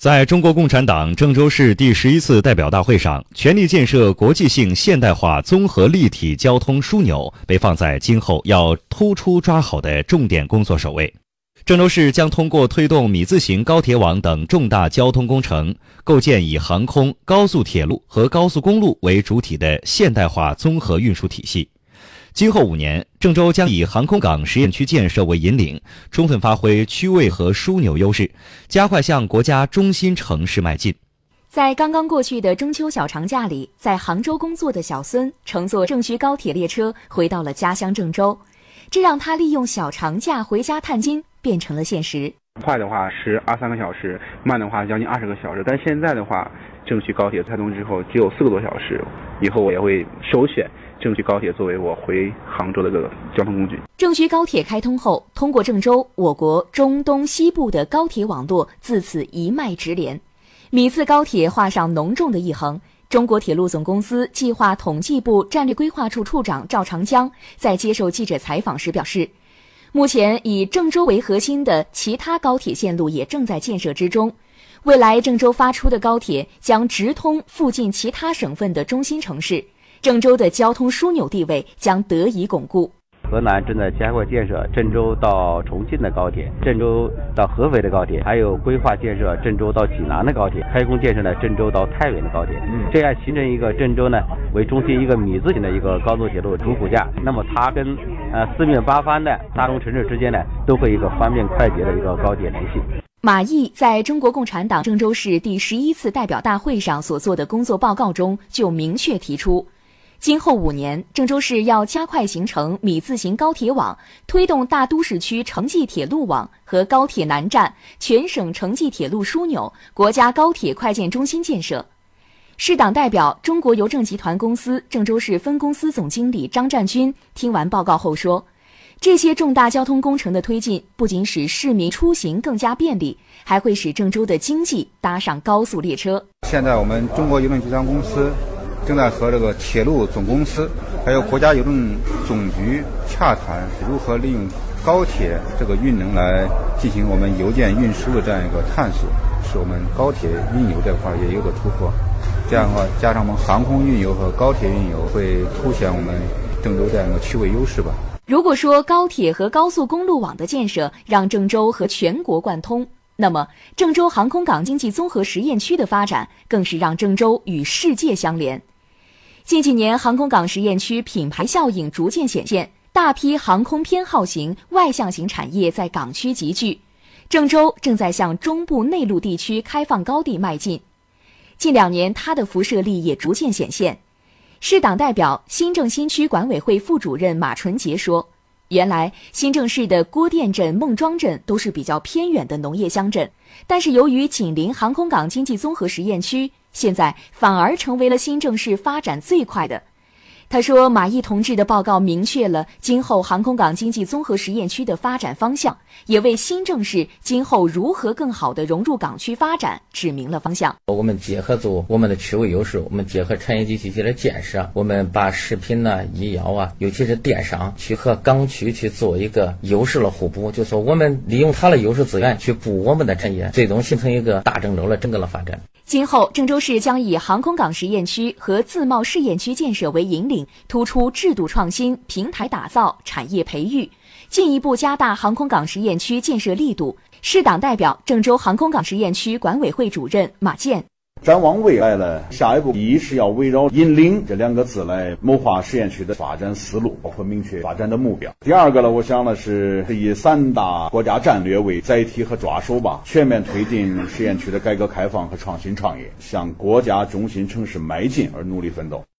在中国共产党郑州市第11次代表大会上，全力建设国际性现代化综合立体交通枢纽被放在今后要突出抓好的重点工作首位。郑州市将通过推动米字形高铁网等重大交通工程，构建以航空、高速铁路和高速公路为主体的现代化综合运输体系。今后5年，郑州将以航空港实验区建设为引领，充分发挥区位和枢纽优势，加快向国家中心城市迈进。 在刚刚过去的中秋小长假里，在杭州工作的小孙乘坐郑徐高铁列车回到了家乡郑州，这让他利用小长假回家探亲变成了现实。 快的话是23个小时，慢的话将近20个小时，但现在的话，郑徐高铁开通之后只有4个多小时，以后我也会首选郑徐高铁作为我回杭州的这个交通工具。 郑徐高铁开通后，通过郑州，我国中东西部的高铁网络自此一脉直连，米字高铁画上浓重的一横。中国铁路总公司计划统计部战略规划处处长赵长江在接受记者采访时表示，目前以郑州为核心的其他高铁线路也正在建设之中，未来郑州发出的高铁将直通附近其他省份的中心城市，郑州的交通枢纽地位将得以巩固。 河南正在加快建设郑州到重庆的高铁，郑州到合肥的高铁，还有规划建设郑州到济南的高铁，开工建设呢郑州到太原的高铁，这样形成一个郑州呢为中心一个米字形的一个高速铁路主骨架。那么它跟四面八方的大中城市之间呢都会一个方便快捷的一个高铁联系。 马毅在中国共产党郑州市第11次代表大会上所做的工作报告中就明确提出，今后5年，郑州市要加快形成米字形高铁网，推动大都市区城际铁路网和高铁南站、全省城际铁路枢纽、国家高铁快建中心建设。市党代表、中国邮政集团公司郑州市分公司总经理张占军听完报告后说，这些重大交通工程的推进，不仅使市民出行更加便利，还会使郑州的经济搭上高速列车。 现在我们中国邮政集团公司正在和这个铁路总公司还有国家邮政总局洽谈，如何利用高铁这个运能来进行我们邮件运输的这样一个探索，使我们高铁运油这块也有个突破。这样的话，加上我们航空运油和高铁运油，会凸显我们郑州这样一个区位优势吧。 如果说高铁和高速公路网的建设让郑州和全国贯通，那么郑州航空港经济综合实验区的发展更是让郑州与世界相连。近几年，航空港实验区品牌效应逐渐显现，大批航空偏好型、外向型产业在港区集聚，郑州正在向中部内陆地区开放高地迈进。近2年，它的辐射力也逐渐显现。市党代表、新郑新区管委会副主任马纯杰说，原来新郑市的郭店镇、孟庄镇都是比较偏远的农业乡镇，但是由于紧邻航空港经济综合实验区，现在反而成为了新郑市发展最快的。他说，马毅同志的报告明确了今后航空港经济综合实验区的发展方向，也为新郑市今后如何更好地融入港区发展指明了方向。 我们结合住我们的区位优势，我们结合产业体系的建设，我们把食品医药尤其是电商去和港区去做一个优势的互补，就是说我们利用它的优势资源去补我们的产业，最终形成一个大郑州的整个的发展。 今后郑州市将以航空港实验区和自贸试验区建设为引领，突出制度创新、平台打造、产业培育，进一步加大航空港实验区建设力度。市党代表、郑州航空港实验区管委会主任马健。 展望未来呢，下一步一是要围绕引领这2个字来谋划实验区的发展思路，包括明确发展的目标。第二个呢，我想呢是以3大国家战略为载体和抓手吧，全面推进实验区的改革开放和创新创业，向国家中心城市迈进而努力奋斗。